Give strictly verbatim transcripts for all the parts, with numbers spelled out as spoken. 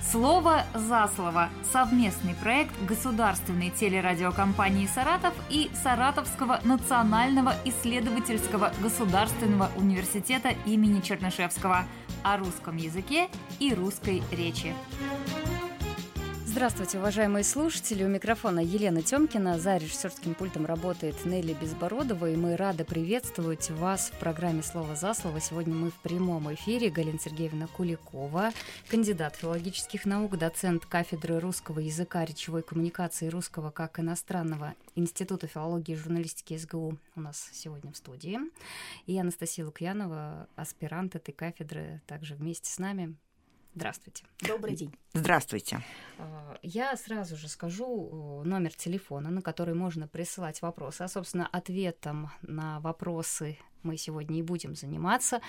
Слово за слово. Совместный проект государственной телерадиокомпании «Саратов» и Саратовского национального исследовательского государственного университета имени Чернышевского о русском языке и русской речи. Здравствуйте, уважаемые слушатели. У микрофона Елена Тёмкина. За режиссерским пультом работает Нелли Безбородова, и мы рады приветствовать вас в программе «Слово за слово». Сегодня мы в прямом эфире. Галина Сергеевна Куликова, кандидат филологических наук, доцент кафедры русского языка, речевой коммуникации и русского как иностранного Института филологии и журналистики СГУ у нас сегодня в студии. И Анастасия Лукьянова, аспирант этой кафедры, также вместе с нами. Здравствуйте. Добрый день. Здравствуйте. Я сразу же скажу номер телефона, на который можно присылать вопросы. А, собственно, ответом на вопросы мы сегодня и будем заниматься.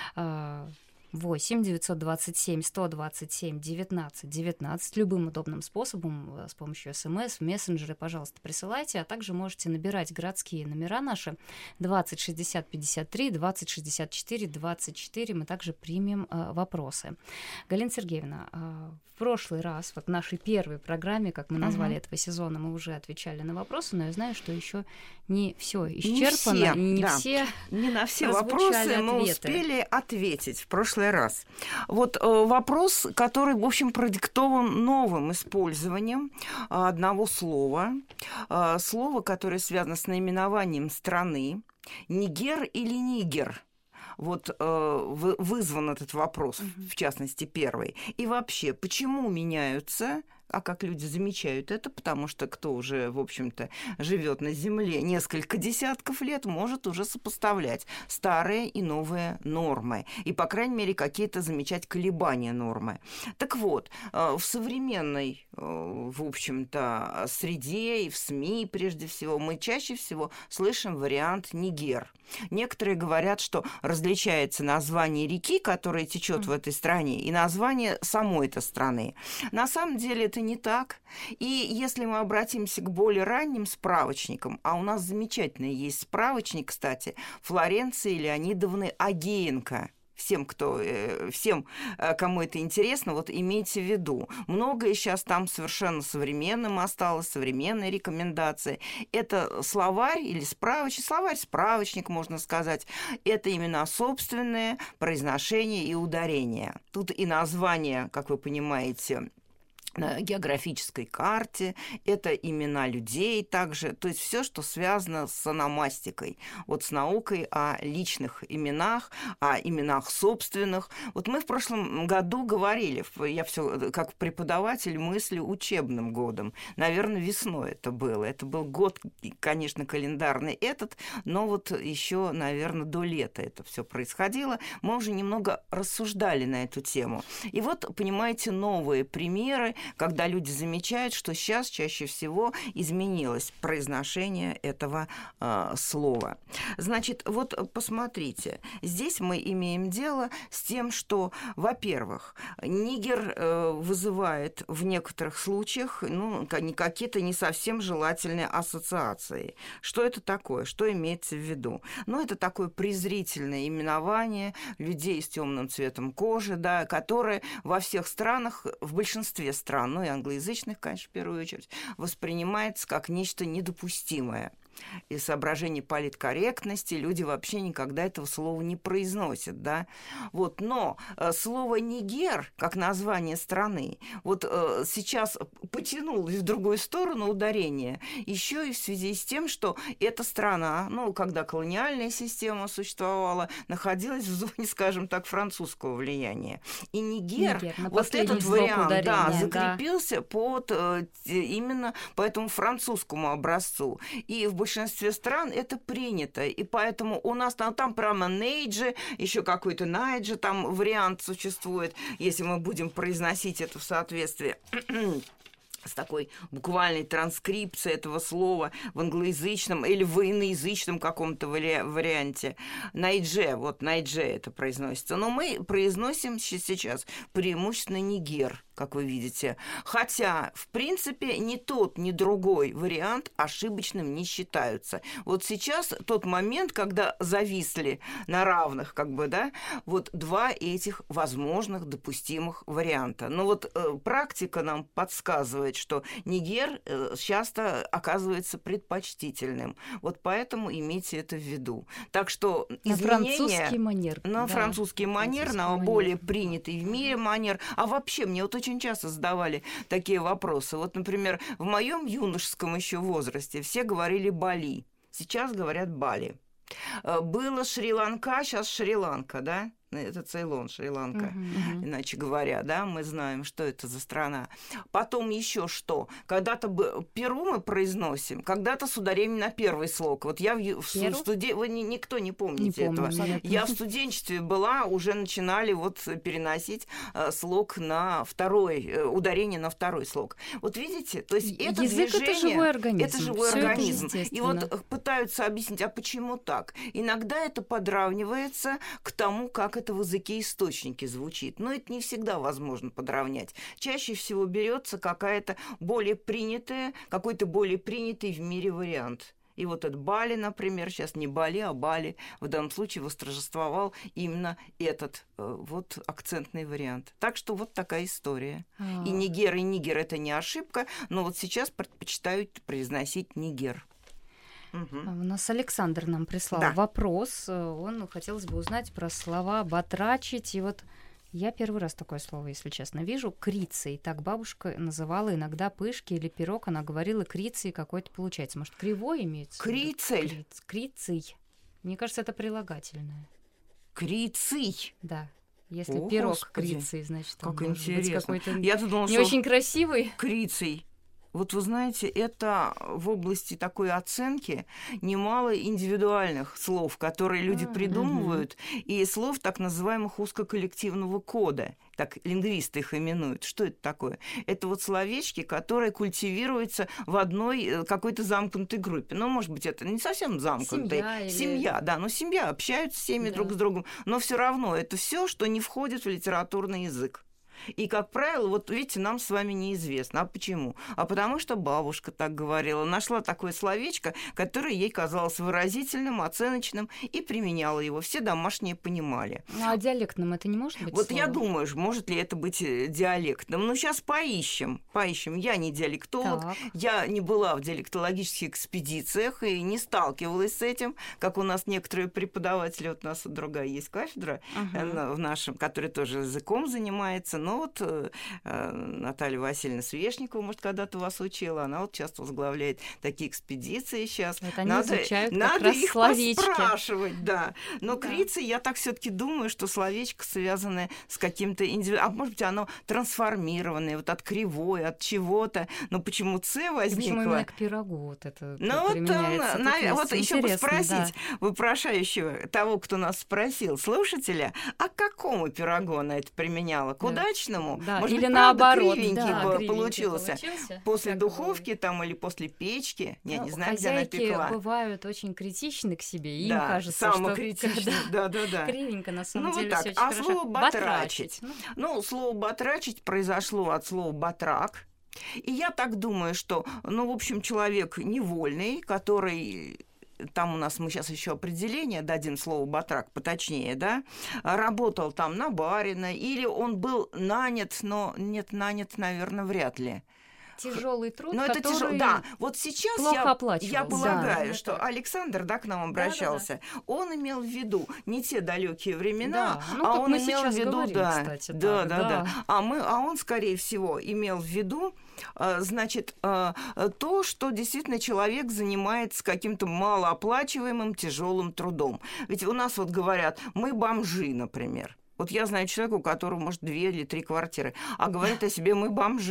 восемь девятьсот двадцать семь сто двадцать семь девятнадцать девятнадцать. Любым удобным способом, с помощью СМС, в мессенджеры, пожалуйста, присылайте. А также можете набирать городские номера наши двадцать шестьдесят пятьдесят три, двадцать шестьдесят четыре, двадцать четыре. Мы также примем э, вопросы. Галина Сергеевна, э, в прошлый раз, вот в нашей первой программе, как мы назвали uh-huh. этого сезона, мы уже отвечали на вопросы, но я знаю, что еще не все исчерпано, не все, не, да. все не на все вопросы ответы. мы успели ответить в прошлый раз. Вот э, вопрос, который, в общем, продиктован новым использованием э, одного слова, э, слова, которое связано с наименованием страны, Нигер или Нигер. Вот э, вызван этот вопрос, uh-huh. в частности, первый. И вообще, почему меняются, а как люди замечают это, потому что кто уже, в общем-то, живет на Земле несколько десятков лет, может уже сопоставлять старые и новые нормы. И, по крайней мере, какие-то замечать колебания нормы. Так вот, в современной, в общем-то, среде и в СМИ, прежде всего, мы чаще всего слышим вариант «Нигер». Некоторые говорят, что различается название реки, которая течет mm. в этой стране, и название самой этой страны. На самом деле это не так. И если мы обратимся к более ранним справочникам, а у нас замечательный есть справочник, кстати, Флоренции Леонидовны Агеенко. Всем, кто, всем, кому это интересно, вот имейте в виду. Многое сейчас там совершенно современным осталось, современные рекомендации. Это словарь или справочник, словарь-справочник, можно сказать. Это имена собственные, произношение и ударение. Тут и название, как вы понимаете, на географической карте, это имена людей также, то есть все, что связано с ономастикой, вот с наукой о личных именах, о именах собственных. Вот мы в прошлом году говорили, я все как преподаватель мыслю учебным годом, наверное, весной это было. Это был год, конечно, календарный этот, но вот еще, наверное, до лета это все происходило. Мы уже немного рассуждали на эту тему. И вот, понимаете, новые примеры, когда люди замечают, что сейчас чаще всего изменилось произношение этого э, слова. Значит, вот посмотрите, здесь мы имеем дело с тем, что, во-первых, нигер э, вызывает в некоторых случаях ну, какие-то не совсем желательные ассоциации. Что это такое? Что имеется в виду? Ну, это такое презрительное именование людей с темным цветом кожи, да, которое во всех странах, в большинстве стран, ну и англоязычных, конечно, в первую очередь, воспринимается как нечто недопустимое. Из соображений политкорректности люди вообще никогда этого слова не произносят, да. Вот, но э, слово «нигер», как название страны, вот э, сейчас потянулось в другую сторону ударение, еще и в связи с тем, что эта страна, ну, когда колониальная система существовала, находилась в зоне, скажем так, французского влияния. И «нигер», Нигер, вот этот вариант, ударения, да, да, закрепился под э, именно по этому французскому образцу. И в В большинстве стран это принято, и поэтому у нас там, там прямо нейджи, еще какой-то найджи, там вариант существует, если мы будем произносить это в соответствии с такой буквальной транскрипцией этого слова в англоязычном или в иноязычном каком-то вари- варианте. Найдже, вот найдже это произносится. Но мы произносим сейчас преимущественно нигер, как вы видите. Хотя, в принципе, ни тот, ни другой вариант ошибочным не считаются. Вот сейчас тот момент, когда зависли на равных, как бы, да, вот два этих возможных допустимых варианта. Но вот э, практика нам подсказывает, что нигер часто оказывается предпочтительным. Вот поэтому имейте это в виду. Так что изменения... На французский манер. На да. французский манер, французский на манер. более принятый в мире манер. А вообще, мне вот очень часто задавали такие вопросы. Вот, например, в моем юношеском еще возрасте все говорили Бали. Сейчас говорят Бали. Было Шри-Ланка, сейчас Шри-Ланка, да? Это Цейлон, Шри-Ланка, uh-huh, uh-huh. иначе говоря, да, мы знаем, что это за страна. Потом еще что? Когда-то Перу мы произносим, когда-то с ударением на первый слог. Вот я в, в студе... Вы ни, никто не помните не этого. Помню, я в студенчестве была, уже начинали вот переносить э, слог на второй, э, ударение на второй слог. Вот видите, то есть это язык движение... это живой организм. Это живой Всё организм. Это и вот пытаются объяснить, а почему так? Иногда это подравнивается к тому, как это в языке источники звучит. Но это не всегда возможно подравнять. Чаще всего берется какая-то более принятая, какой-то более принятый в мире вариант. И вот этот Бали, например, сейчас не Бали, а Бали, в данном случае восторжествовал именно этот э, вот акцентный вариант. Так что вот такая история. А-а-а. И нигер, и нигер – это не ошибка, но вот сейчас предпочитают произносить нигер. Угу. У нас Александр нам прислал да. вопрос. Он хотелось бы узнать про слова «батрачить». И вот я первый раз такое слово, если честно, вижу. Крицей. Так бабушка называла иногда пышки или пирог. Она говорила крицей какой-то получается. Может, кривой имеется? Крицель. Криц... Крицей. Мне кажется, это прилагательное. Крицей? Да. Если О, пирог Господи. Крицей, значит, как он интересно. Может быть какой-то я думала, не что очень красивый. Крицей. Вот вы знаете, это в области такой оценки немало индивидуальных слов, которые люди а, придумывают, угу. и слов так называемых узкоколлективного кода. Так лингвисты их именуют. Что это такое? Это вот словечки, которые культивируются в одной какой-то замкнутой группе. Ну, может быть, это не совсем замкнутая. Семья, или... семья да, но семья общаются с семьями да. друг с другом, но все равно это все, что не входит в литературный язык. И, как правило, вот видите, нам с вами неизвестно. А почему? А потому что бабушка так говорила. Нашла такое словечко, которое ей казалось выразительным, оценочным, и применяла его. Все домашние понимали. Ну, а диалектным это не может быть? Вот слово? Я думаю, может ли это быть диалектным. Ну, сейчас поищем. Поищем. Я не диалектолог. Так. Я не была в диалектологических экспедициях и не сталкивалась с этим, как у нас некоторые преподаватели. Вот у нас другая есть кафедра uh-huh. в нашем, которая тоже языком занимается. Но вот э, Наталья Васильевна Свешникова, может, когда-то вас учила, она вот часто возглавляет такие экспедиции сейчас. Вот они надо изучают как надо раз их словечки. поспрашивать, да. Но да. крицей, я так все-таки думаю, что словечко связанное с каким-то индивидуальным, а может быть, оно трансформированное, вот от кривой, от чего-то. Но почему «ц» возникло? Почему именно к пирогу вот это ну, вот, применяется? На, вот еще бы спросить да. вопрошающего, того, кто нас спросил, слушателя, а к какому пирогу она это применяла? К удачному? Да, может или быть, наоборот, кривенький да, получился. получился После как духовки бы... там или после печки. Я ну, не знаю, где она пекла. Бывают очень критичны к себе, и да, им кажется, самокритичны. что да, да, да. кривенько на самом ну, деле вот всё так. очень А хорошо. слово «батрачить». Ну. ну, слово «батрачить» произошло от слова «батрак». И я так думаю, что, ну, в общем, человек невольный, который... Там у нас, мы сейчас еще определение дадим слово «батрак» поточнее, да, работал там на барина, или он был нанят, но нет, нанят, наверное, вряд ли. Тяжелый труд, но который это тяжел... Да, вот сейчас я, я полагаю, да, что это... Александр, да, к нам обращался, да, да, да. он имел в виду не те далекие времена, да. ну, а он имел в виду, говорим, да, кстати, да, так, да, да, да, а мы, а он, скорее всего, имел в виду, значит, то, что действительно человек занимается каким-то малооплачиваемым тяжелым трудом. Ведь у нас вот говорят, мы бомжи, например. Вот я знаю человека, у которого, может, две или три квартиры, а говорит о себе, мы бомжи.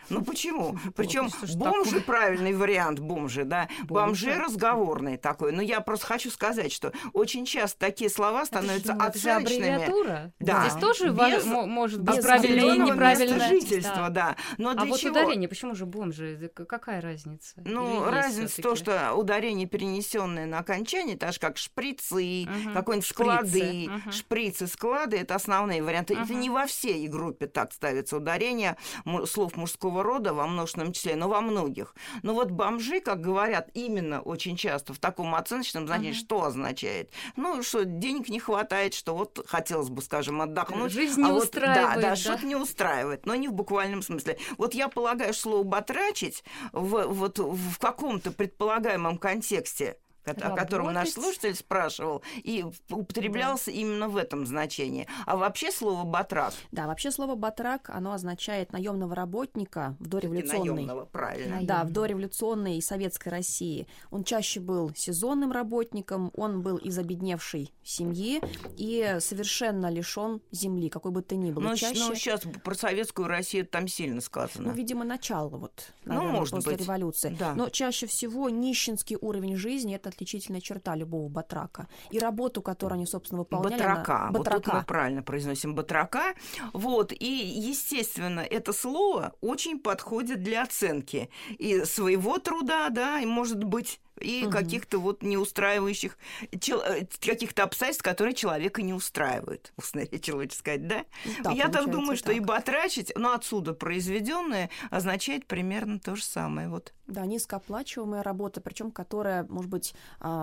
Ну почему? Причем бомжи, правильный вариант бомжи, да, бомжи разговорный такой. Но я просто хочу сказать, что очень часто такие слова становятся это же, оценочными. Это же аббревиатура. Да. Здесь тоже без, может быть без правильное и неправильное жительства, да. Но а для вот чего? ударение, почему же бомжи? Какая разница? Ну, разница в том, что ударение, перенесенное на окончание, так же как шприцы, угу. какой-нибудь склады, угу. шприцы, склады, это основные варианты. Угу. Это не во всей группе так ставится ударение слов мужского рода во множественном числе, но во многих. Но вот бомжи, как говорят именно очень часто в таком оценочном значении, угу. что означает? Ну, что денег не хватает, что вот хотелось бы, скажем, отдохнуть. Жизнь не а устраивает. Вот, да, да, да, что-то не устраивает, но не в буквальном смысле. Вот я полагаю, слово «батрачить» в, вот, в каком-то предполагаемом контексте, о котором наш слушатель спрашивал, и употреблялся да. именно в этом значении. А вообще слово «батрак»? Да, вообще слово «батрак», оно означает наемного работника в дореволюционной... Наемного, правильно. Да, в дореволюционной советской России. Он чаще был сезонным работником, он был из обедневшей семьи и совершенно лишён земли, какой бы то ни было. Ну, чаще... ну, сейчас про советскую Россию там сильно сказано. Ну, видимо, начало вот, наверное, ну, может после быть. революции. Да. Но чаще всего нищенский уровень жизни — это отличительная черта любого батрака. И работу, которую они, собственно, выполняли... Батрака. Она... Вот батрака. тут мы правильно произносим батрака. Вот. И, естественно, это слово очень подходит для оценки и своего труда, да, и, может быть, и угу. каких-то вот неустраивающих, каких-то обстоятельств, которые человека не устраивают, устной речи лучше сказать, да? да Я так думаю, что так. и батрачить, но отсюда произведенное означает примерно то же самое. Вот. Да, низкооплачиваемая работа, причем которая, может быть,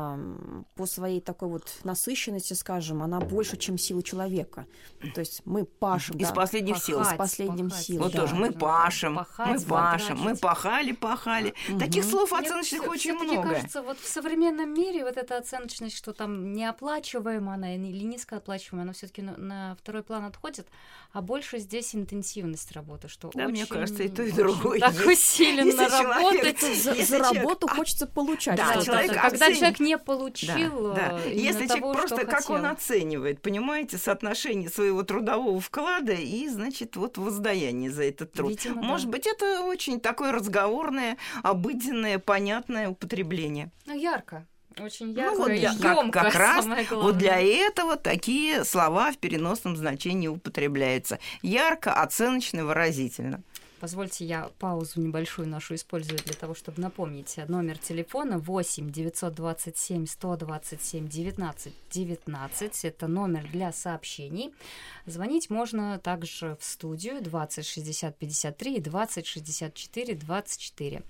по своей такой вот насыщенности, скажем, она больше, чем сила человека. То есть мы пашем. Из да, последних пахать, сил. Из последних пахать. сил. Вот да. тоже мы пашем, пахать, мы пашем, батрачить. мы пахали, пахали. Угу. Таких слов оценочных Мне очень всё-таки много. Кажется, вот в современном мире вот эта оценочность, что там неоплачиваемая она или низкооплачиваемая, она все-таки на, на второй план отходит, а больше здесь интенсивность работы, что да, очень, мне кажется, и то, и другое. Так усиленно работать. За, за работу а... хочется получать. Да, что-то. человек Когда оценит... человек не получил да, да. Если того, человек просто, что как хотел. он оценивает, понимаете, соотношение своего трудового вклада и, значит, вот воздаяние за этот труд. Видимо, Может да. быть, это очень такое разговорное, обыденное, понятное употребление. Ну, ярко. Очень ярко ну, вот и для, ёмко, как, как раз вот для этого такие слова в переносном значении употребляются. Ярко, оценочно, выразительно. Позвольте, я паузу небольшую нашу использую для того, чтобы напомнить номер телефона восемь девятьсот двадцать семь сто двадцать семь девятнадцать девятнадцать. Это номер для сообщений. Звонить можно также в студию двадцать шестьдесят пятьдесят три и двадцать шестьдесят четыре двадцать четыре.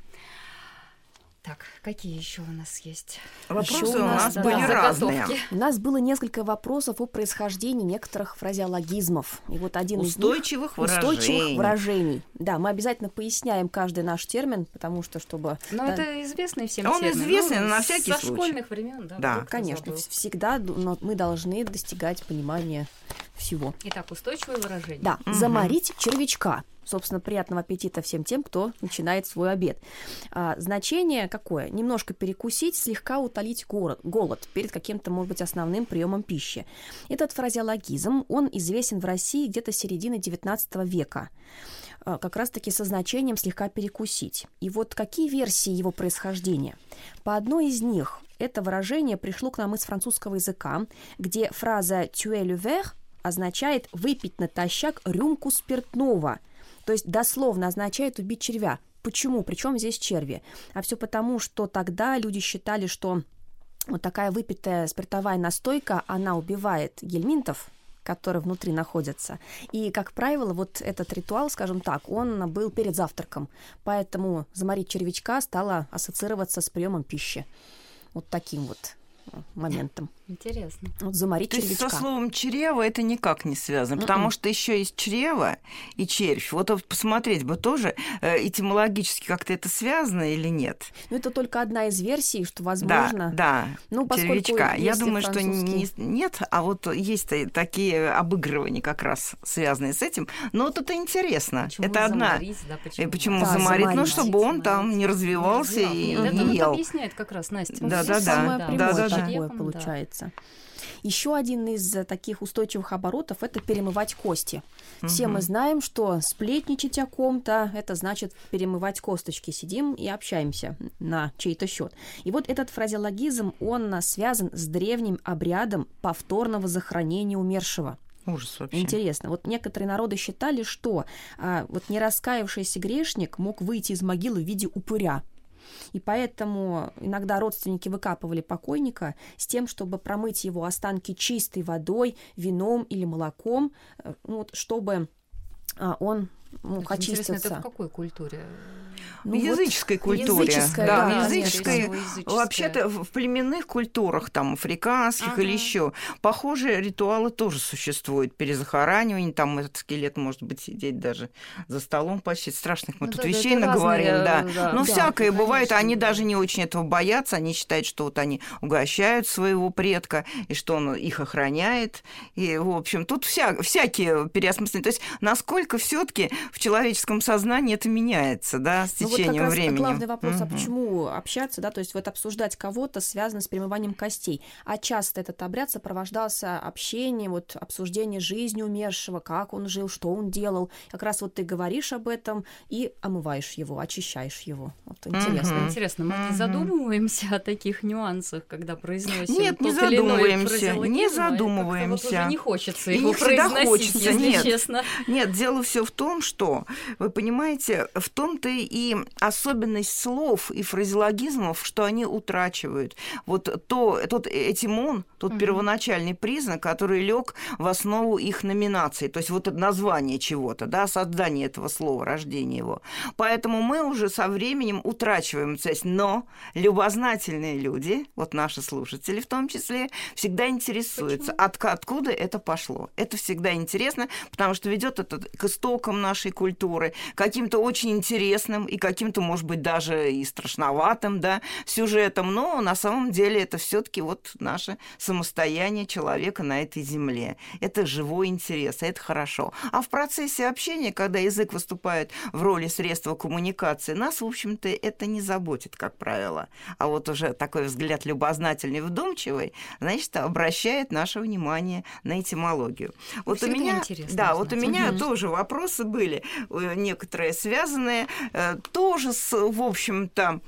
Так, какие еще у нас есть? Вопросы у у нас, нас да, были да, разные. У нас было несколько вопросов о происхождении некоторых фразеологизмов. И вот один устойчивых из них выражений. устойчивых выражений. Да, мы обязательно поясняем каждый наш термин, потому что чтобы. Но да, это известный всем Он термин. известный, ну, но на всякий со случай. Со школьных времен, да. Да, конечно, забыл. всегда но мы должны достигать понимания всего. Итак, устойчивое выражение. Да, угу. заморить червячка. Собственно, приятного аппетита всем тем, кто начинает свой обед. А, значение какое? Немножко перекусить, слегка утолить голод, голод перед каким-то, может быть, основным приемом пищи. Этот фразеологизм, он известен в России где-то с середины девятнадцатого века. А, как раз-таки со значением слегка перекусить. И вот какие версии его происхождения? По одной из них это выражение пришло к нам из французского языка, где фраза «tuer le verre» означает «выпить натощак рюмку спиртного», то есть дословно означает «убить червя». Почему? Причем здесь черви? А все потому, что тогда люди считали, что вот такая выпитая спиртовая настойка, она убивает гельминтов, которые внутри находятся. И, как правило, вот этот ритуал, скажем так, он был перед завтраком. Поэтому заморить червячка стало ассоциироваться с приемом пищи. Вот таким вот моментом. Интересно. Вот заморить То червячка. есть со словом чрево это никак не связано, mm-mm. потому что еще есть чрево и червь. Вот посмотреть бы тоже этимологически как-то это связано или нет. Ну, это только одна из версий, что возможно. Да, да. Ну, червячка. Я думаю, французский... что не, нет, а вот есть такие обыгрывания как раз связанные с этим. Но вот это интересно. Почему это одна. Да, почему почему да, заморить? заморить? Ну, чтобы он там не развивался не и это не ел. Это объясняет как раз Настя. Да, да, да. Самое да, прямое да, да, такое да. получается. получается. Еще один из таких устойчивых оборотов – это перемывать кости. Все угу. мы знаем, что сплетничать о ком-то – это значит перемывать косточки. Сидим и общаемся на чей-то счет. И вот этот фразеологизм, он связан с древним обрядом повторного захоронения умершего. Ужас вообще. Интересно. Вот некоторые народы считали, что а, вот нераскаявшийся грешник мог выйти из могилы в виде упыря. И поэтому иногда родственники выкапывали покойника с тем, чтобы промыть его останки чистой водой, вином или молоком, ну, вот, чтобы а, он мог очиститься. Интересно, это в какой культуре? Ну, в языческой вот, культуре. Языческая, да, да, языческой, языческая. Вообще-то в племенных культурах, там, африканских ага. или еще похожие ритуалы тоже существуют. Перезахоранивание, там этот скелет может быть сидеть даже за столом почти. Страшных мы ну, тут да, вещей наговорим. Разные, да. Да. Ну, да, всякое да, бывает. Конечно, они да. даже не очень этого боятся. Они считают, что вот они угощают своего предка, и что он их охраняет. И, в общем, тут вся, всякие переосмысления. То есть, насколько все таки в человеческом сознании это меняется, да, с течением времени. Ну, вот как раз главный вопрос, угу. а почему общаться, да, то есть вот обсуждать кого-то связано с перемыванием костей. А часто этот обряд сопровождался общением, вот обсуждением жизни умершего, как он жил, что он делал. Как раз вот ты говоришь об этом и омываешь его, очищаешь его. Вот интересно. Угу. Интересно, мы угу. не задумываемся о таких нюансах, когда произносим Нет, тот не или задумываемся, иной не задумываемся. Вот уже не хочется и его не произносить, хочется, если нет. честно. Нет, дело все в том, что, вы понимаете, в том-то и особенность слов и фразеологизмов, что они утрачивают. Вот то, тот этимон, тот угу. первоначальный признак, который лег в основу их номинации, то есть вот это название чего-то, да, создание этого слова, рождение его. Поэтому мы уже со временем утрачиваем связь. Но любознательные люди, вот наши слушатели в том числе, всегда интересуются, от, откуда это пошло. Это всегда интересно, потому что ведет это к истокам нашей культуры, каким-то очень интересным и каким-то, может быть, даже и страшноватым, да, сюжетом, но на самом деле это все-таки вот наше самостояние человека на этой земле. Это живой интерес, это хорошо. А в процессе общения, когда язык выступает в роли средства коммуникации, нас, в общем-то, это не заботит, как правило. А вот уже такой взгляд любознательный, вдумчивый, значит, обращает наше внимание на этимологию. Вот у меня, да, вот у меня тоже вопросы были, некоторые связанные тоже с, в общем-то,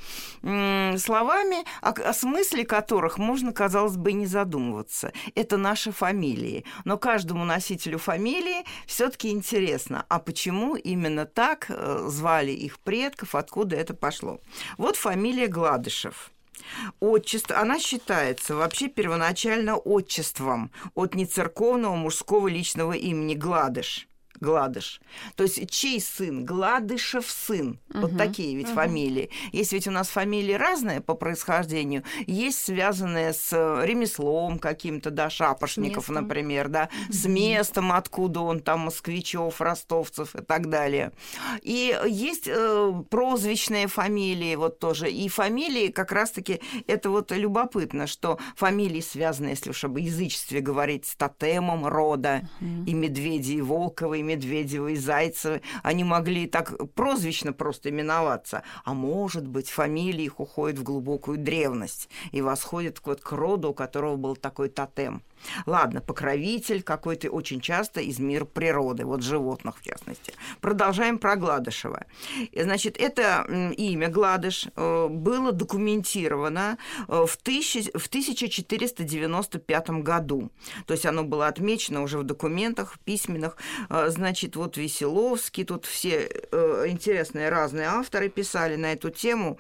словами, о, о смысле которых можно, казалось бы, не задумываться. Это наши фамилии. Но каждому носителю фамилии все-таки интересно, а почему именно так звали их предков, откуда это пошло. Вот фамилия Гладышев. Отчество, она считается вообще первоначально отчеством от нецерковного мужского личного имени Гладыш. Гладыш. То есть чей сын? Гладышев сын. Uh-huh. Вот такие ведь uh-huh. фамилии. Есть ведь у нас фамилии разные по происхождению. Есть связанные с ремеслом каким-то, да, Шапошников, например, да, uh-huh. с местом, откуда он там, москвичев, ростовцев и так далее. И есть э, прозвищные фамилии вот тоже. И фамилии как раз-таки, это вот любопытно, что фамилии связаны, если уж об язычестве говорить, с тотемом рода, uh-huh. и Медведи, и Волковы, и Медведевы и Зайцевы, они могли так прозвищно просто именоваться, а может быть, фамилии их уходят в глубокую древность и восходят вот к роду, у которого был такой тотем. Ладно, покровитель какой-то очень часто из мира природы, вот животных в частности. Продолжаем про Гладышева. Значит, это имя Гладыш было документировано в тысяча четыреста девяносто пятом году. То есть оно было отмечено уже в документах письменных. Значит, вот Веселовский, тут все интересные разные авторы писали на эту тему.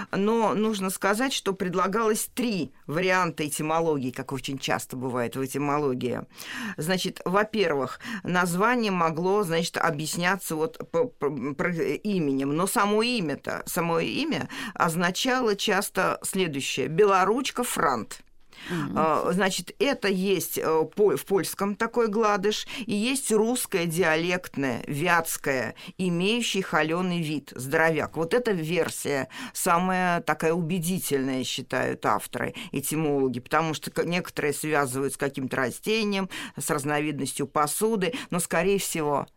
Но нужно сказать, что предлагалось три варианта этимологии, как очень часто бывает в этимологии. Значит, во-первых, название могло, значит, объясняться вот по, по, по именем, но само имя-то, само имя означало часто следующее: Белоручка Франт. Mm-hmm. Значит, это есть в польском такой Гладыш, и есть русское диалектное, вятское, имеющий холёный вид, здоровяк. Вот эта версия самая такая убедительная, считают авторы, этимологи, потому что некоторые связывают с каким-то растением, с разновидностью посуды, но, скорее всего,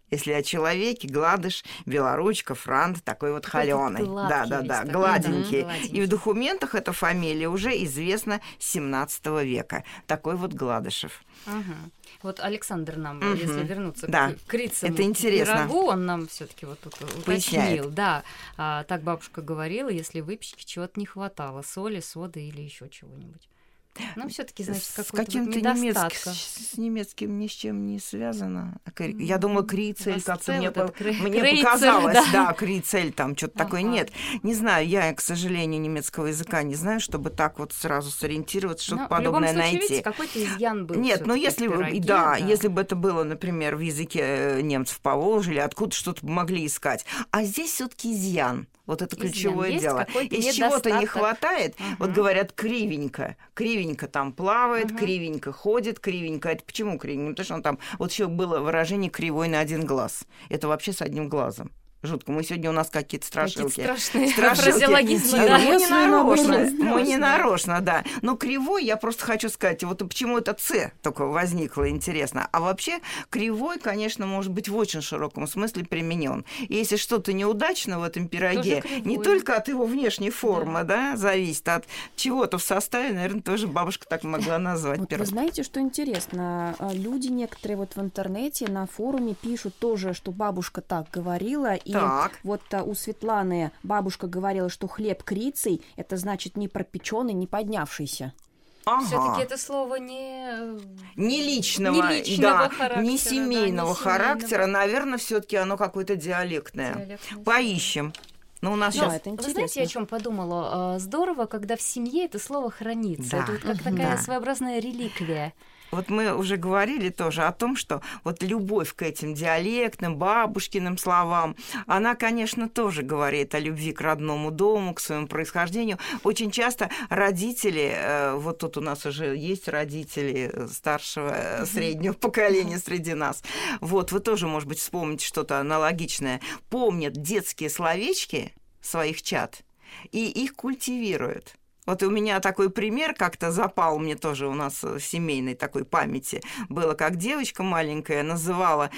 Если о человеке, гладыш, белоручка, франт, такой вот холёный. Да, да, да, гладенький. И в документах эта фамилия уже известна с семнадцатого века. Такой вот Гладышев. Ага. Вот Александр нам, угу. если вернуться да. к крицам, это интересно. пирогу, он нам все-таки вот тут поясняет. уточнил. Да, а, так бабушка говорила, если выпечки чего-то не хватало, соли, соды или еще чего-нибудь. Ну, все-таки, значит, какой-то вот недостатка. С немецким ни с чем не связано. Я думала, крицель, как-то мне, вот по... мне крейцель, показалось, да, да, крицель, там что-то ага. такое. Нет, не знаю, я, к сожалению, немецкого языка не знаю, чтобы так вот сразу сориентироваться, что-то но подобное в любом случае, найти. Видите, какой-то изъян был. Нет, ну если бы, пироги, да, да, если бы это было, например, в языке немцев Поволжья или откуда что-то могли искать. А здесь все-таки изъян. Вот это ключевое Изъян. дело. Если чего-то не хватает, uh-huh. вот говорят кривенько, кривенько там плавает, uh-huh. кривенько ходит, кривенько. Это почему кривенько? Потому что он там, вот еще было выражение кривой на один глаз. Это вообще с одним глазом. Жутко. Мы сегодня у нас какие-то страшилки. Какие-то страшные фразеологизмы. Да. Мы не нарочно, мы не нарочно, да. Но кривой, я просто хочу сказать, вот почему это «ц» только возникло, интересно. А вообще кривой, конечно, может быть в очень широком смысле применен. И если что-то неудачно в этом пироге, не только от его внешней формы, да, да зависит, а от чего-то в составе, наверное, тоже бабушка так могла назвать вот пирог. Вы знаете, что интересно? Люди некоторые вот в интернете, на форуме пишут тоже, что бабушка так говорила. И так. вот а, у Светланы бабушка говорила, что хлеб крицей – это значит не пропеченный, не поднявшийся. Ага. Все-таки это слово не, не личного, не личного да, характера, не семейного да, не характера, семейного. Наверное, все-таки оно какое-то диалектное. Диалектное. Поищем. Но у нас Но, сейчас... это вы знаете, о чем подумала? Здорово, когда в семье это слово хранится. Да. Это вот как такая да. своеобразная реликвия. Вот мы уже говорили тоже о том, что вот любовь к этим диалектным, бабушкиным словам, она, конечно, тоже говорит о любви к родному дому, к своему происхождению. Очень часто родители, вот тут у нас уже есть родители старшего, среднего поколения среди нас, вот вы тоже, может быть, вспомните что-то аналогичное, помнят детские словечки своих чад и их культивируют. Вот у меня такой пример как-то запал мне тоже у нас в семейной такой памяти. Было, как девочка маленькая называла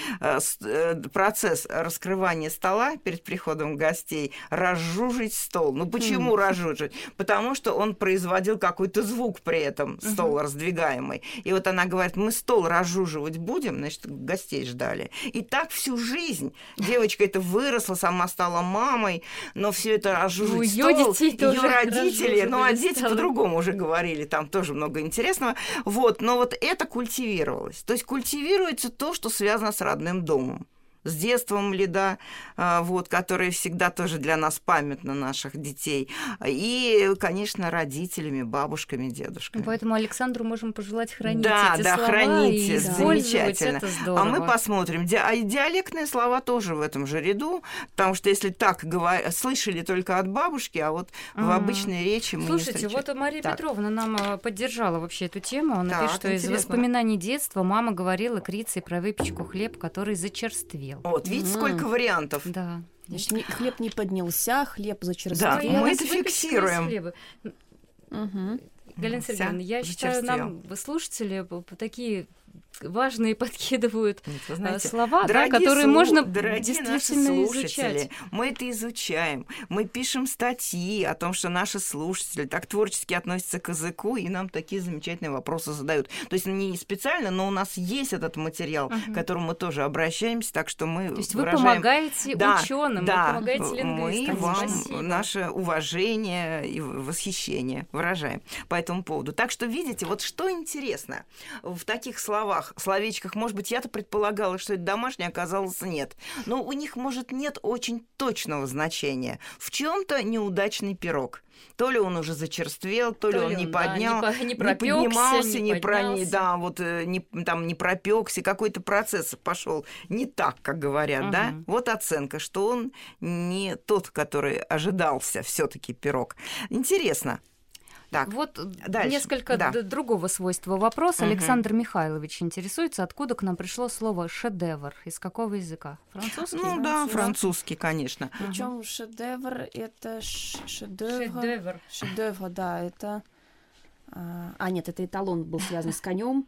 процесс раскрывания стола перед приходом гостей «разжужить стол». Ну, почему mm. разжужить? Потому что он производил какой-то звук при этом, стол uh-huh. раздвигаемый. И вот она говорит, мы стол разжуживать будем, значит, гостей ждали. И так всю жизнь. Девочка это выросла, сама стала мамой, но все это разжужить стол. Ее родители, ну, дети по-другому уже говорили, там тоже много интересного. Вот, но вот это культивировалось. То есть культивируется то, что связано с родным домом. С детством ли, да, вот, которое всегда тоже для нас памятно, наших детей. И, конечно, родителями, бабушками, дедушками. Поэтому Александру можем пожелать хранить да, эти да, слова. храните, и замечательно. Это здорово. А мы посмотрим. Ди- а диалектные слова тоже в этом же ряду, потому что если так говор... слышали только от бабушки, а вот а-а-а. в обычной речи мы Слушайте, не встречаем. вот Мария так. Петровна нам поддержала вообще эту тему. Она так, пишет, что интересно. из воспоминаний детства мама говорила крицей про выпечку хлеб, который зачерствел. Вот, видите, mm-hmm. сколько вариантов. Да. Значит, не, хлеб не поднялся, хлеб зачерствел. Да, мы это фиксируем. Угу. Галина Сергеевна, я считаю, нам слушатели такие важные подкидывают Нет, знаете, слова, да, которые слу... можно действительно изучать. Мы это изучаем, мы пишем статьи о том, что наши слушатели так творчески относятся к языку, и нам такие замечательные вопросы задают. То есть не специально, но у нас есть этот материал, uh-huh. к которому мы тоже обращаемся, так что мы То есть выражаем... вы помогаете да, ученым, да, вы помогаете лингвистам. Мы вам Спасибо. Наше уважение и восхищение выражаем по этому поводу. Так что, видите, вот что интересно в таких словах, словечках, может быть, я-то предполагала, что это домашнее, оказалось нет. Но у них, может, нет очень точного значения. В чем-то неудачный пирог. То ли он уже зачерствел, то, то ли он не поднял, да, не, не, пропёкся, не поднимался, не, не, прони, поднялся. да, вот, не, там, не пропекся, какой-то процесс пошел не так, как говорят, угу. да? Вот оценка, что он не тот, который ожидался все-таки пирог. Интересно. Так, вот дальше. Несколько да. д- другого свойства вопроса. Угу. Александр Михайлович интересуется, откуда к нам пришло слово «шедевр», из какого языка? Французский? Ну французский. Да, французский, конечно. Причем угу. шедевр — это ш- шедевр. Шедевр. Шедевр, да, это... А, нет, это эталон был связан с конем.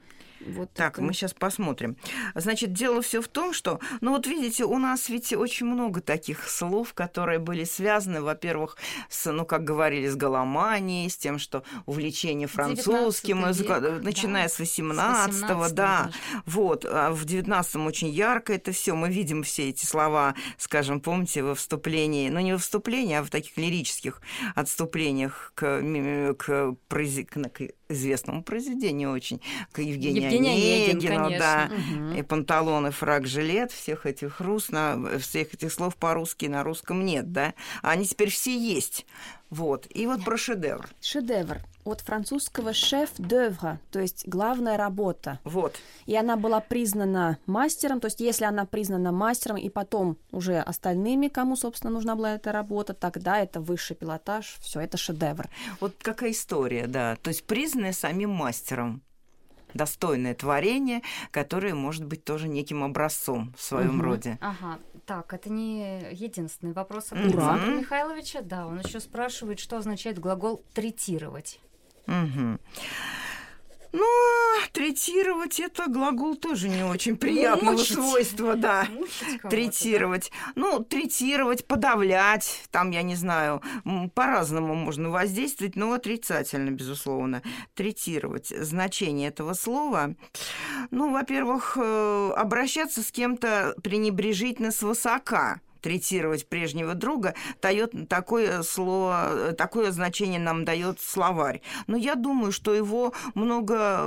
Вот так, это... мы сейчас посмотрим. Значит, дело все в том, что, ну вот видите, у нас ведь очень много таких слов, которые были связаны, во-первых, с, ну, как говорили, с голоманией, с тем, что увлечение французским языком, начиная да. с восемнадцатого, да. Даже. Вот, а в девятнадцатом очень ярко это все. Мы видим все эти слова, скажем, помните, во вступлении, ну, не во вступлении, а в таких лирических отступлениях к, к, к известному произведению очень, к Евгению Онегину, да, угу. и панталоны, фрак, жилет, всех этих русно, всех этих слов по-русски на русском нет, да, а они теперь все есть. Вот. И вот про шедевр. Шедевр. От французского «chef-d'œuvre», то есть главная работа. Вот. И она была признана мастером, то есть если она признана мастером, и потом уже остальными, кому, собственно, нужна была эта работа, тогда это высший пилотаж, все это шедевр. Вот какая история, да. То есть признанная самим мастером. Достойное творение, которое может быть тоже неким образцом в своем угу. роде. Ага, так, это не единственный вопрос от Александра угу. Михайловича. Да, он еще спрашивает, что означает глагол «третировать». Угу. Ну, третировать — это глагол тоже не очень приятного Мучить. свойства, да. Третировать. Да? Ну, третировать, подавлять, там, я не знаю, по-разному можно воздействовать, но отрицательно, безусловно. Третировать. Значение этого слова, ну, во-первых, обращаться с кем-то пренебрежительно свысока. Третировать прежнего друга дает такое слово, такое значение нам дает словарь. Но я думаю, что его много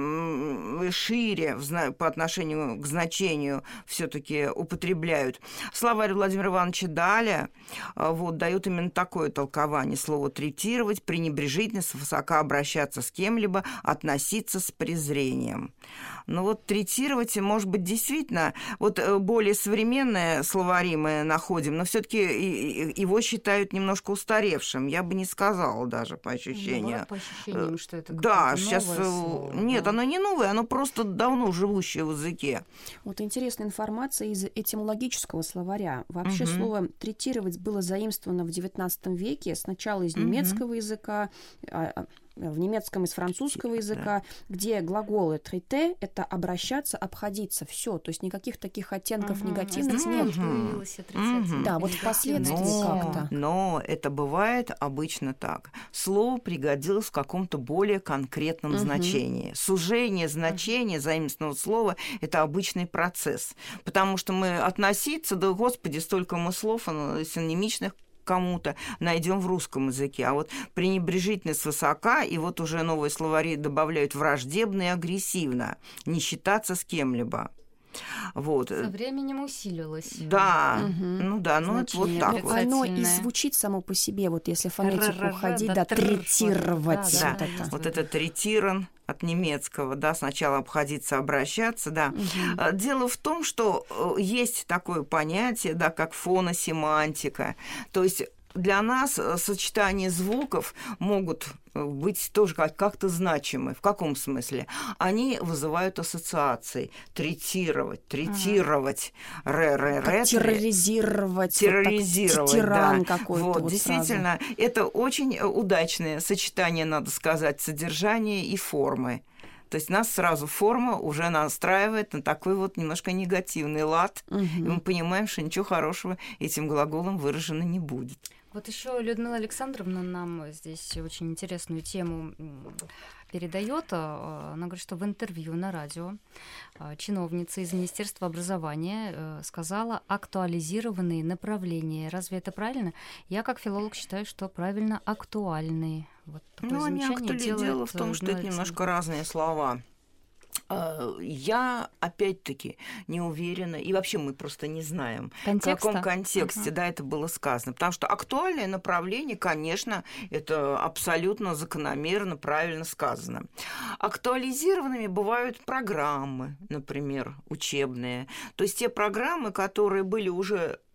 шире по отношению к значению все-таки употребляют. Словарь Владимира Ивановича Даля вот, дает именно такое толкование. Слово третировать, пренебрежительно, свысока обращаться с кем-либо, относиться с презрением. Но вот третировать, может быть, действительно, вот более современные словари мы находим, но все-таки его считают немножко устаревшим. Я бы не сказала даже по ощущению. Ну, по ощущениям, что это да, сейчас слово, нет, да? Оно не новое, оно просто давно живущее в языке. Вот интересная информация из этимологического словаря. Вообще угу. слово третировать было заимствовано в девятнадцатом веке сначала из немецкого угу. языка, в немецком из французского языка, да. где глаголы «traiter» — это обращаться, обходиться, все, то есть никаких таких оттенков угу. негативных нет. Угу. Да, вот впоследствии но, как-то. Но это бывает обычно так. Слово пригодилось в каком-то более конкретном угу. значении. Сужение значения заимственного слова — это обычный процесс, потому что мы относиться, да, Господи, столько мы слов синонимичных кому-то найдем в русском языке. А вот пренебрежительно свысока, и вот уже новые словари добавляют враждебно и агрессивно, не считаться с кем-либо. Вот. Со временем усилилось. Да, угу. ну да, ну это вот так вот. Оно и звучит само по себе, вот если фонетику ходить, да, третировать. Да, да. Вот, вот это третиран от немецкого, да, сначала обходиться, обращаться, да. Угу. Дело в том, что есть такое понятие, да, как фоносемантика, то есть для нас сочетание звуков могут быть тоже как-то значимы. В каком смысле? Они вызывают ассоциации. Третировать, третировать. Ре-ре-ре. Терроризировать. Терроризировать, вот тиран да. какой-то. Вот, вот действительно, сразу. Это очень удачное сочетание, надо сказать, содержания и формы. То есть нас сразу форма уже настраивает на такой вот немножко негативный лад, угу. и мы понимаем, что ничего хорошего этим глаголом выражено не будет. Вот еще Людмила Александровна нам здесь очень интересную тему передает. Она говорит, что в интервью на радио чиновница из Министерства образования сказала актуализированные направления. Разве это правильно? Я как филолог считаю, что правильно актуальные. Вот ну, они актуали... Дело в том, что это немножко разные слова. Я, опять-таки, не уверена, и вообще мы просто не знаем, контекста. В каком контексте uh-huh. да, это было сказано. Потому что актуальное направление, конечно, это абсолютно закономерно, правильно сказано. Актуализированными бывают программы, например, учебные. То есть те программы, которые были уже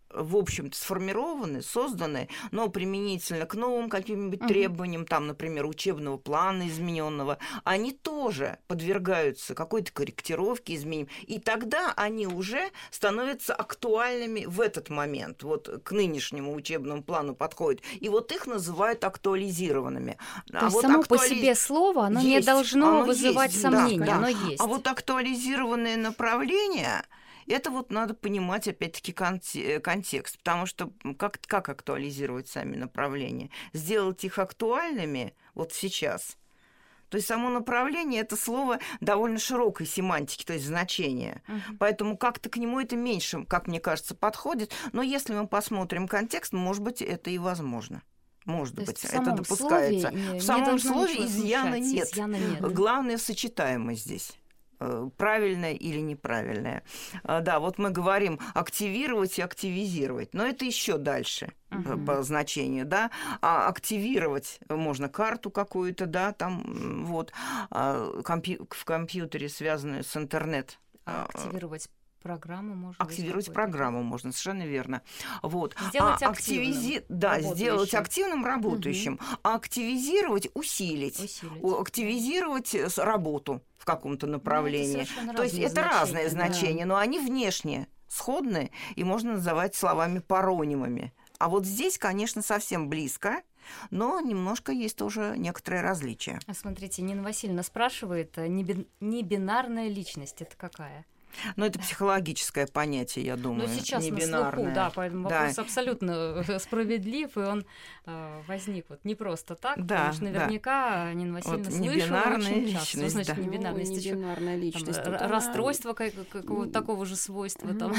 в общем-то, сформированы, созданы, но применительно к новым каким-нибудь uh-huh. требованиям, там, например, учебного плана измененного, они тоже подвергаются какой-то корректировке, изменениям. И тогда они уже становятся актуальными в этот момент. Вот к нынешнему учебному плану подходят. И вот их называют актуализированными. То а есть вот само актуали... по себе слово, оно есть, не должно оно вызывать есть, сомнения, да, оно да. есть. А вот актуализированные направления... Это вот надо понимать, опять-таки, контекст, потому что как, как актуализировать сами направления? Сделать их актуальными вот сейчас. То есть само направление – это слово довольно широкой семантики, то есть значения. Uh-huh. Поэтому как-то к нему это меньше, как мне кажется, подходит. Но если мы посмотрим контекст, может быть, это и возможно. Может то быть, это допускается. Не, в самом слове изъяна нет. изъяна нет. Главное – сочетаемость здесь. Правильное или неправильное. Да, вот мы говорим активировать и активизировать, но это еще дальше uh-huh. по значению, да. А активировать можно карту какую-то, да, там вот компью- в компьютере, связанную с интернет. А активировать программу можно. Активировать программу можно, совершенно верно. Вот. Сделать а активизи... Да, сделать активным работающим. Угу. А активизировать, усилить. усилить. Активизировать работу в каком-то направлении. Ну, то есть это значения, разные да. значения, но они внешне сходны и можно называть словами паронимами. А вот здесь, конечно, совсем близко. Но немножко есть тоже некоторые различия. А смотрите, Нина Васильевна спрашивает, небинарная личность это какая? Ну, это психологическое понятие, я думаю, ну, сейчас не на бинарное. слуху, да, поэтому да. вопрос абсолютно справедлив, и он э, возник вот не просто так, да, потому что наверняка да. Нина Васильевна вот слышала очень личность, часто. Что значит да. небинарность? Ну, небинарная личность. Там, расстройство как, какого-то такого же свойства там.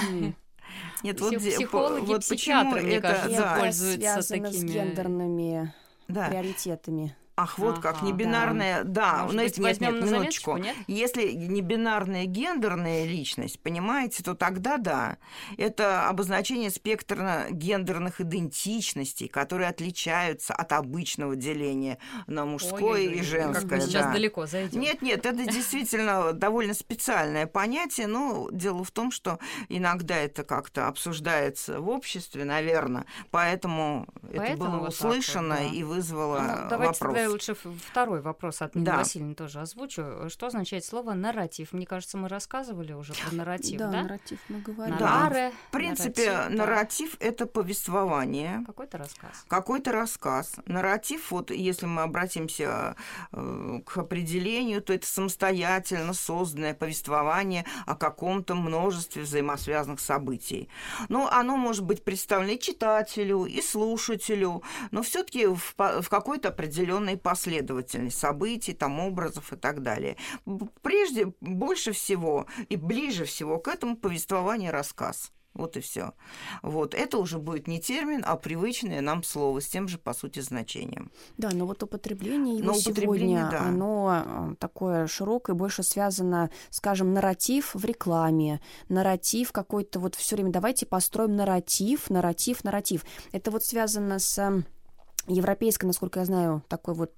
Нет, вот психологи, вот психиатры, мне это, кажется, да, пользуются связано такими... с гендерными да. приоритетами. Ах, вот ага, как, небинарная, да, да. ну, быть, нет, нет, на минуточку. Нет? Если небинарная гендерная личность, понимаете, то тогда да. Это обозначение спектра гендерных идентичностей, которые отличаются от обычного деления на мужское Ой-ой-ой, и женское. Как мы сейчас да. далеко зайдем. Нет, нет, это действительно довольно специальное понятие, но дело в том, что иногда это как-то обсуждается в обществе, наверное, поэтому, поэтому это было вот услышано вот, да. и вызвало ну, давайте вопрос. Тогда я лучше второй вопрос от Нины да. Васильевны тоже озвучу. Что означает слово «нарратив»? Мне кажется, мы рассказывали уже про нарратив, да? Да, нарратив мы говорили. Да, Наре, в принципе, нарратив, нарратив да. – это повествование. Какой-то рассказ. Какой-то рассказ. Нарратив, вот если мы обратимся э, к определению, то это самостоятельно созданное повествование о каком-то множестве взаимосвязанных событий. Но оно может быть представлено и читателю, и слушателю, но все-таки в, в какой-то определенной последовательность событий, там, образов и так далее. Прежде, больше всего и ближе всего к этому повествование рассказ. Вот и все. Вот. Это уже будет не термин, а привычное нам слово с тем же, по сути, значением. Да, но вот употребление его но употребление, сегодня, да. оно такое широкое, больше связано, скажем, нарратив в рекламе, нарратив какой-то, вот все время давайте построим нарратив, нарратив, нарратив. Это вот связано с европейской, насколько я знаю, такой вот...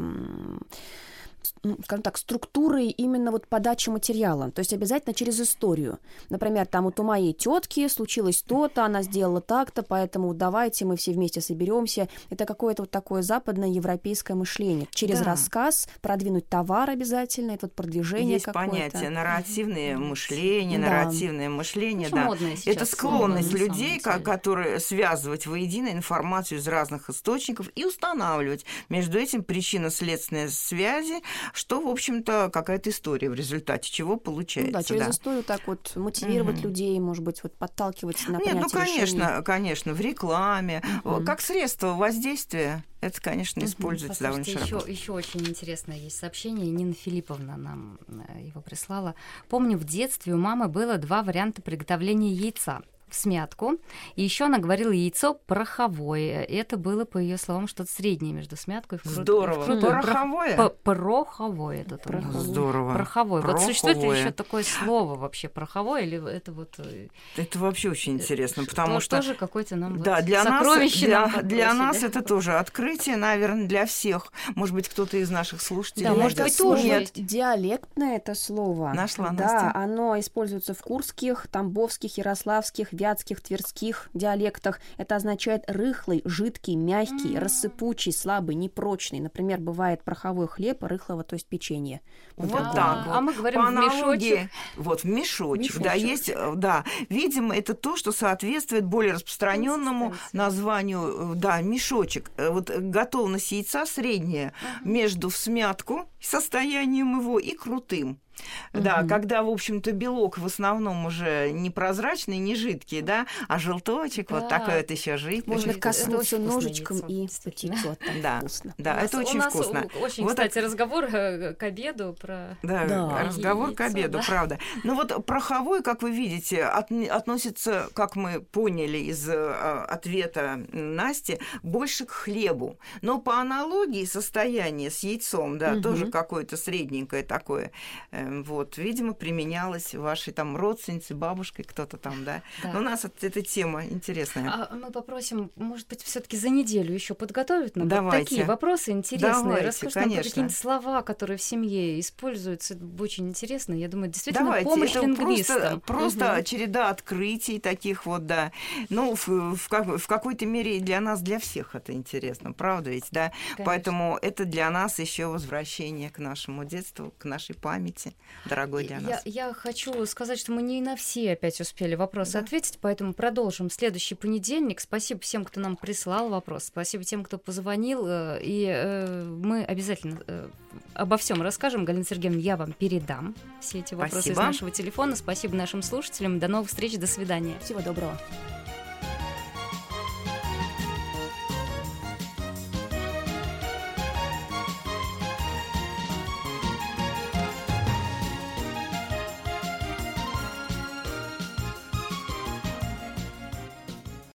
скажем так, структурой именно вот подачи материала. То есть обязательно через историю. Например, там вот у моей тетки случилось то-то, она сделала так-то, поэтому давайте мы все вместе соберемся. Это какое-то вот такое западное европейское мышление. Через да. рассказ продвинуть товар обязательно, это вот продвижение есть какое-то. Понятие нарративное мышление, да. нарративное мышление. Да. Это склонность слово, людей, которые связывать воедино информацию из разных источников и устанавливать между этим причинно-следственные связи, что, в общем-то, какая-то история в результате чего получается. Ну да, через да. историю так вот мотивировать угу. людей, может быть, вот подталкивать на принятие Нет, ну, конечно, решений. конечно, в рекламе, угу. как средство воздействия, это, конечно, угу. используется довольно широко. Еще, еще очень интересное есть сообщение, Нина Филипповна нам его прислала. Помню, в детстве у мамы было два варианта приготовления яйца. В смятку. И еще она говорила яйцо пороховое. Это было, по ее словам, что-то среднее между смяткой и вкрутую. Здорово. Вкрутую. Пороховое? Пороховое? Пороховое. Это пороховое. Здорово. Пороховое. Пороховое. Вот существует ли еще такое слово вообще пороховое? Или это вот... Это вообще очень интересно, потому что... Тоже какой-то нам да, вот для сокровище нас, нам для, для нас это тоже открытие, наверное, для всех. Может быть, кто-то из наших слушателей... Да, может быть, тоже нет. Диалектное это слово. Нашла, да, Настя. оно используется в курских, тамбовских, ярославских, вятских, тверских диалектах это означает рыхлый, жидкий, мягкий, mm-hmm. рассыпучий, слабый, непрочный. Например, бывает пороховой хлеб рыхлого, то есть печенье. Вот, вот так да. вот. А мы говорим по в мешочек. Вот, в мешочек, мешочек. да, есть, да. Видимо, это то, что соответствует более распространенному названию, да, мешочек. Вот готовность яйца средняя uh-huh. между всмятку, состоянием его, и крутым. Да, угу. когда, в общем-то, белок в основном уже не прозрачный, не жидкий, да, а желточек да. вот такой вот еще жидкий. Можно коснуться ножичком и потечет. Да, вкусно. Да, это очень вкусно. У нас очень, вот кстати, это... разговор к обеду про... Да, да. разговор яйцо, к обеду, да. правда. Ну вот пороховой, как вы видите, от, относится, как мы поняли из а, ответа Насти, больше к хлебу. Но по аналогии состояние с яйцом, да, угу. тоже какое-то средненькое такое... Вот, видимо, применялась вашей там родственницей, бабушкой, кто-то там, да. да. Но у нас это, эта тема интересная. А мы попросим, может быть, все-таки за неделю еще подготовить нам вот такие вопросы интересные. Давайте, расскажите нам какие-нибудь слова, которые в семье используются. Это очень интересно. Я думаю, действительно Давайте. помощь это лингвистам. Просто, просто угу. череда открытий таких вот, да. Ну, в, в, как, в какой-то мере для нас, для всех это интересно, правда ведь, да? Конечно. Поэтому это для нас еще возвращение к нашему детству, к нашей памяти. Дорогой для нас. Я, я хочу сказать, что мы не на все опять успели вопросы да. ответить, поэтому продолжим в следующий понедельник. Спасибо всем, кто нам прислал вопрос, спасибо тем, кто позвонил, и э, мы обязательно э, обо всем расскажем. Галина Сергеевна, я вам передам все эти вопросы спасибо. Из нашего телефона. Спасибо нашим слушателям. До новых встреч, до свидания. Всего доброго.